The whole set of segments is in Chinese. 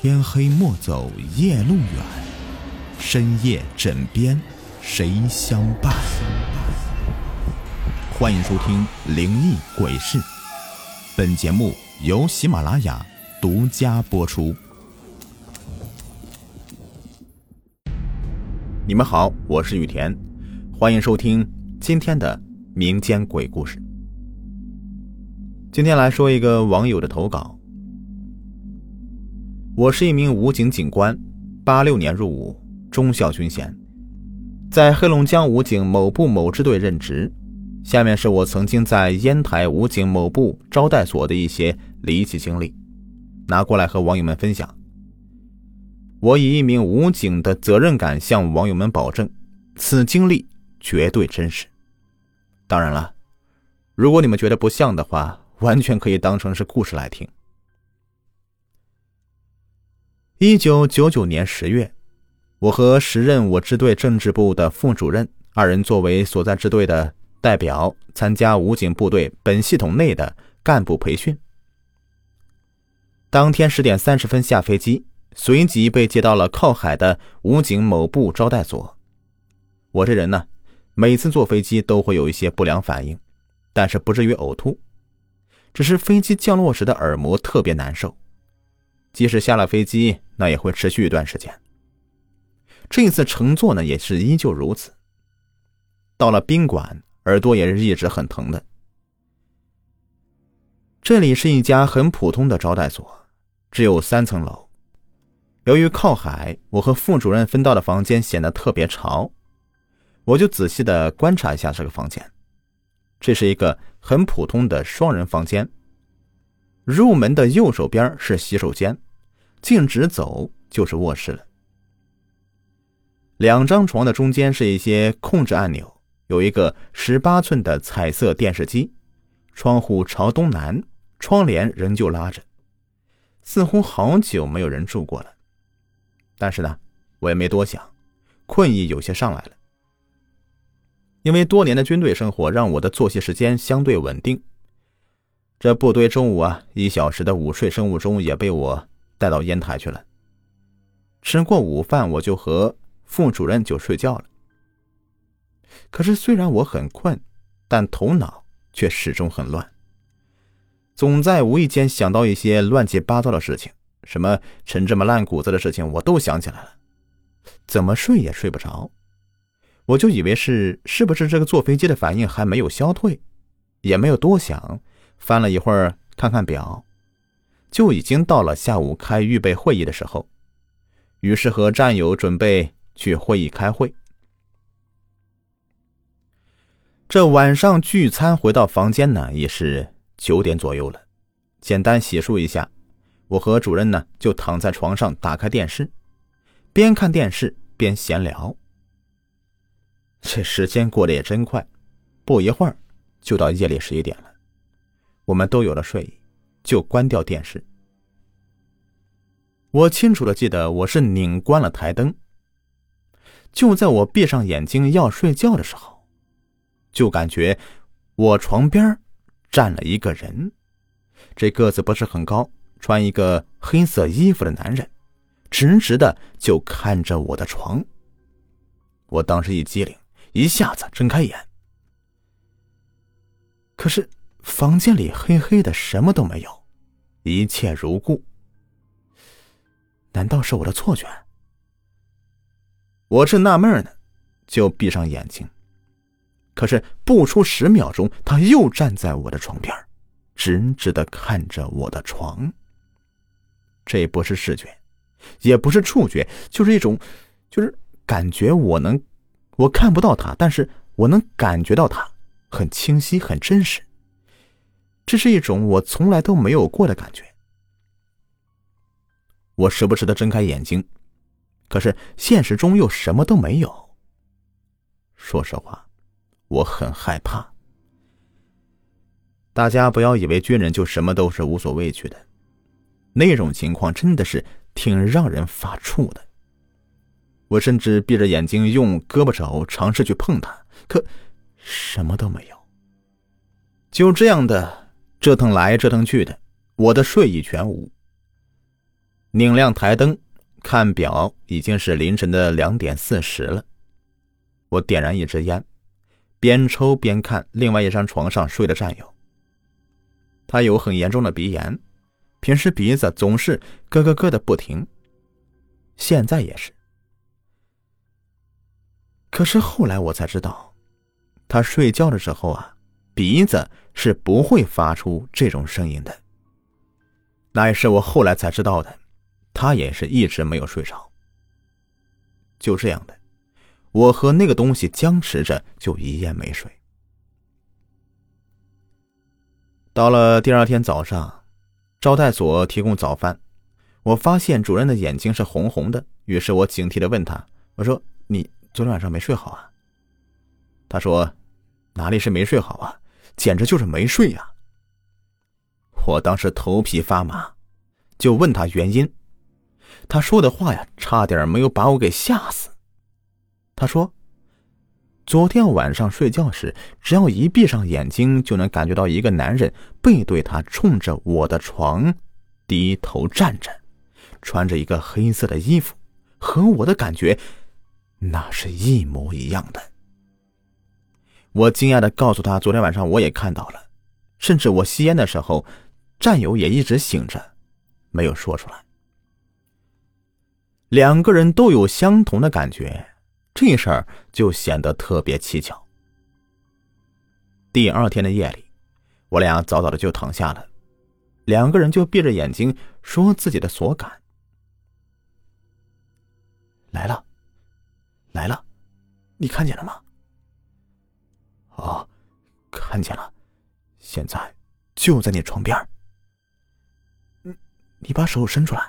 天黑莫走夜路远，深夜枕边谁相伴？欢迎收听灵异鬼事，本节目由喜马拉雅独家播出。你们好，我是雨田，欢迎收听今天的民间鬼故事。今天来说一个网友的投稿。我是一名武警警官，86年入伍，中校军衔，在黑龙江武警某部某支队任职。下面是我曾经在烟台武警某部招待所的一些离奇经历，拿过来和网友们分享。我以一名武警的责任感向网友们保证，此经历绝对真实。当然了，如果你们觉得不像的话，完全可以当成是故事来听。1999年10月，我和时任我支队政治部的副主任二人作为所在支队的代表，参加武警部队本系统内的干部培训。当天10点30分下飞机，随即被接到了靠海的武警某部招待所。我这人呢，每次坐飞机都会有一些不良反应，但是不至于呕吐，只是飞机降落时的耳膜特别难受，即使下了飞机，那也会持续一段时间。这一次乘坐呢，也是依旧如此。到了宾馆，耳朵也是一直很疼的。这里是一家很普通的招待所，只有3层楼。由于靠海，我和副主任分到的房间显得特别潮，我就仔细地观察一下这个房间。这是一个很普通的双人房间，入门的右手边是洗手间，径直走就是卧室了。2张床的中间是一些控制按钮，有一个18寸的彩色电视机，窗户朝东南，窗帘仍旧拉着，似乎好久没有人住过了。但是呢，我也没多想，困意有些上来了。因为多年的军队生活让我的作息时间相对稳定，这部队中午1小时的午睡生物钟也被我带到烟台去了。吃过午饭，我就和副主任就睡觉了。可是虽然我很困，但头脑却始终很乱，总在无意间想到一些乱七八糟的事情，什么陈这么烂谷子的事情我都想起来了，怎么睡也睡不着。我就以为是不是这个坐飞机的反应还没有消退，也没有多想，翻了一会儿看看表，就已经到了下午开预备会议的时候，于是和战友准备去会议开会。这晚上聚餐回到房间呢，也是9点左右了，简单洗漱一下，我和主任呢就躺在床上打开电视，边看电视边闲聊。这时间过得也真快，不一会儿就到夜里11点了。我们都有了睡意，就关掉电视。我清楚地记得我是拧关了台灯。就在我闭上眼睛要睡觉的时候，就感觉我床边站了一个人。这个子不是很高，穿一个黑色衣服的男人，直直的就看着我的床。我当时一激灵，一下子睁开眼。可是房间里黑黑的，什么都没有，一切如故。难道是我的错觉？我正纳闷呢，就闭上眼睛。可是不出10秒钟，他又站在我的床边，直直地看着我的床。这不是视觉，也不是触觉，就是一种感觉，我看不到他，但是我能感觉到他，很清晰，很真实。这是一种我从来都没有过的感觉。我时不时地睁开眼睛，可是现实中又什么都没有。说实话，我很害怕。大家不要以为军人就什么都是无所畏惧的，那种情况真的是挺让人发怵的。我甚至闭着眼睛用胳膊肘尝试去碰它，可什么都没有。就这样的折腾来折腾去的，我的睡意全无。 拧亮台灯，看表已经是凌晨的2点40了。我点燃一支烟，边抽边看另外一张床上睡的战友。他有很严重的鼻炎，平时鼻子总是咯咯咯的不停，现在也是。可是后来我才知道，他睡觉的时候啊，鼻子是不会发出这种声音的。那也是我后来才知道的，他也是一直没有睡着。就这样的，我和那个东西僵持着，就一夜没睡。到了第二天早上，招待所提供早饭，我发现主任的眼睛是红红的，于是我警惕地问他，我说你昨天晚上没睡好啊？他说哪里是没睡好啊，简直就是没睡啊。我当时头皮发麻，就问他原因。他说的话呀，差点没有把我给吓死。他说昨天晚上睡觉时，只要一闭上眼睛，就能感觉到一个男人背对他，冲着我的床低头站着，穿着一个黑色的衣服，和我的感觉那是一模一样的。我惊讶地告诉他，昨天晚上我也看到了，甚至我吸烟的时候，战友也一直醒着，没有说出来。两个人都有相同的感觉，这事儿就显得特别蹊跷。第二天的夜里，我俩早早的就躺下了，两个人就闭着眼睛说自己的所感。来了，来了，你看见了吗？哦，看见了，现在就在你床边。你把手伸出来。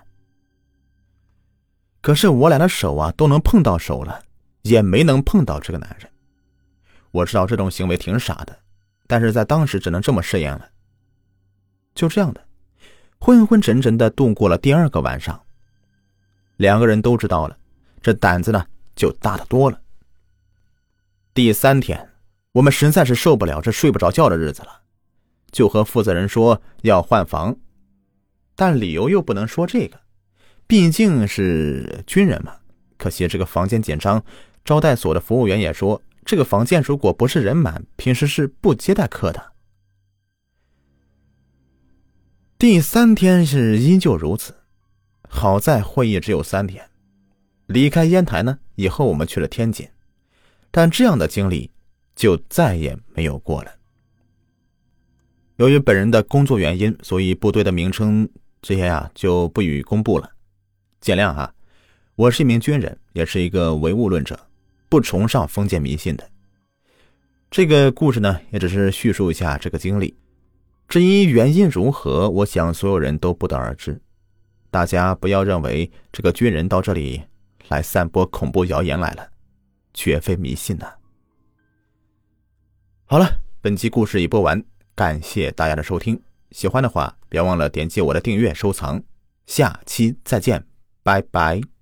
可是我俩的手啊都能碰到手了，也没能碰到这个男人。我知道这种行为挺傻的，但是在当时只能这么试验了。就这样的，昏昏沉沉的度过了第二个晚上。两个人都知道了，这胆子呢就大得多了。第三天，我们实在是受不了这睡不着觉的日子了，就和负责人说要换房，但理由又不能说这个，毕竟是军人嘛。可惜这个房间紧张，招待所的服务员也说，这个房间如果不是人满，平时是不接待客的。第三天是依旧如此，好在会议只有3天。离开烟台呢，以后我们去了天津，但这样的经历就再也没有过了。由于本人的工作原因，所以部队的名称这些就不予公布了，见谅啊。我是一名军人，也是一个唯物论者，不崇尚封建迷信的。这个故事呢，也只是叙述一下这个经历，至于原因如何，我想所有人都不得而知。大家不要认为这个军人到这里来散播恐怖谣言来了，绝非迷信啊。好了，本期故事已播完，感谢大家的收听，喜欢的话别忘了点击我的订阅收藏，下期再见，拜拜。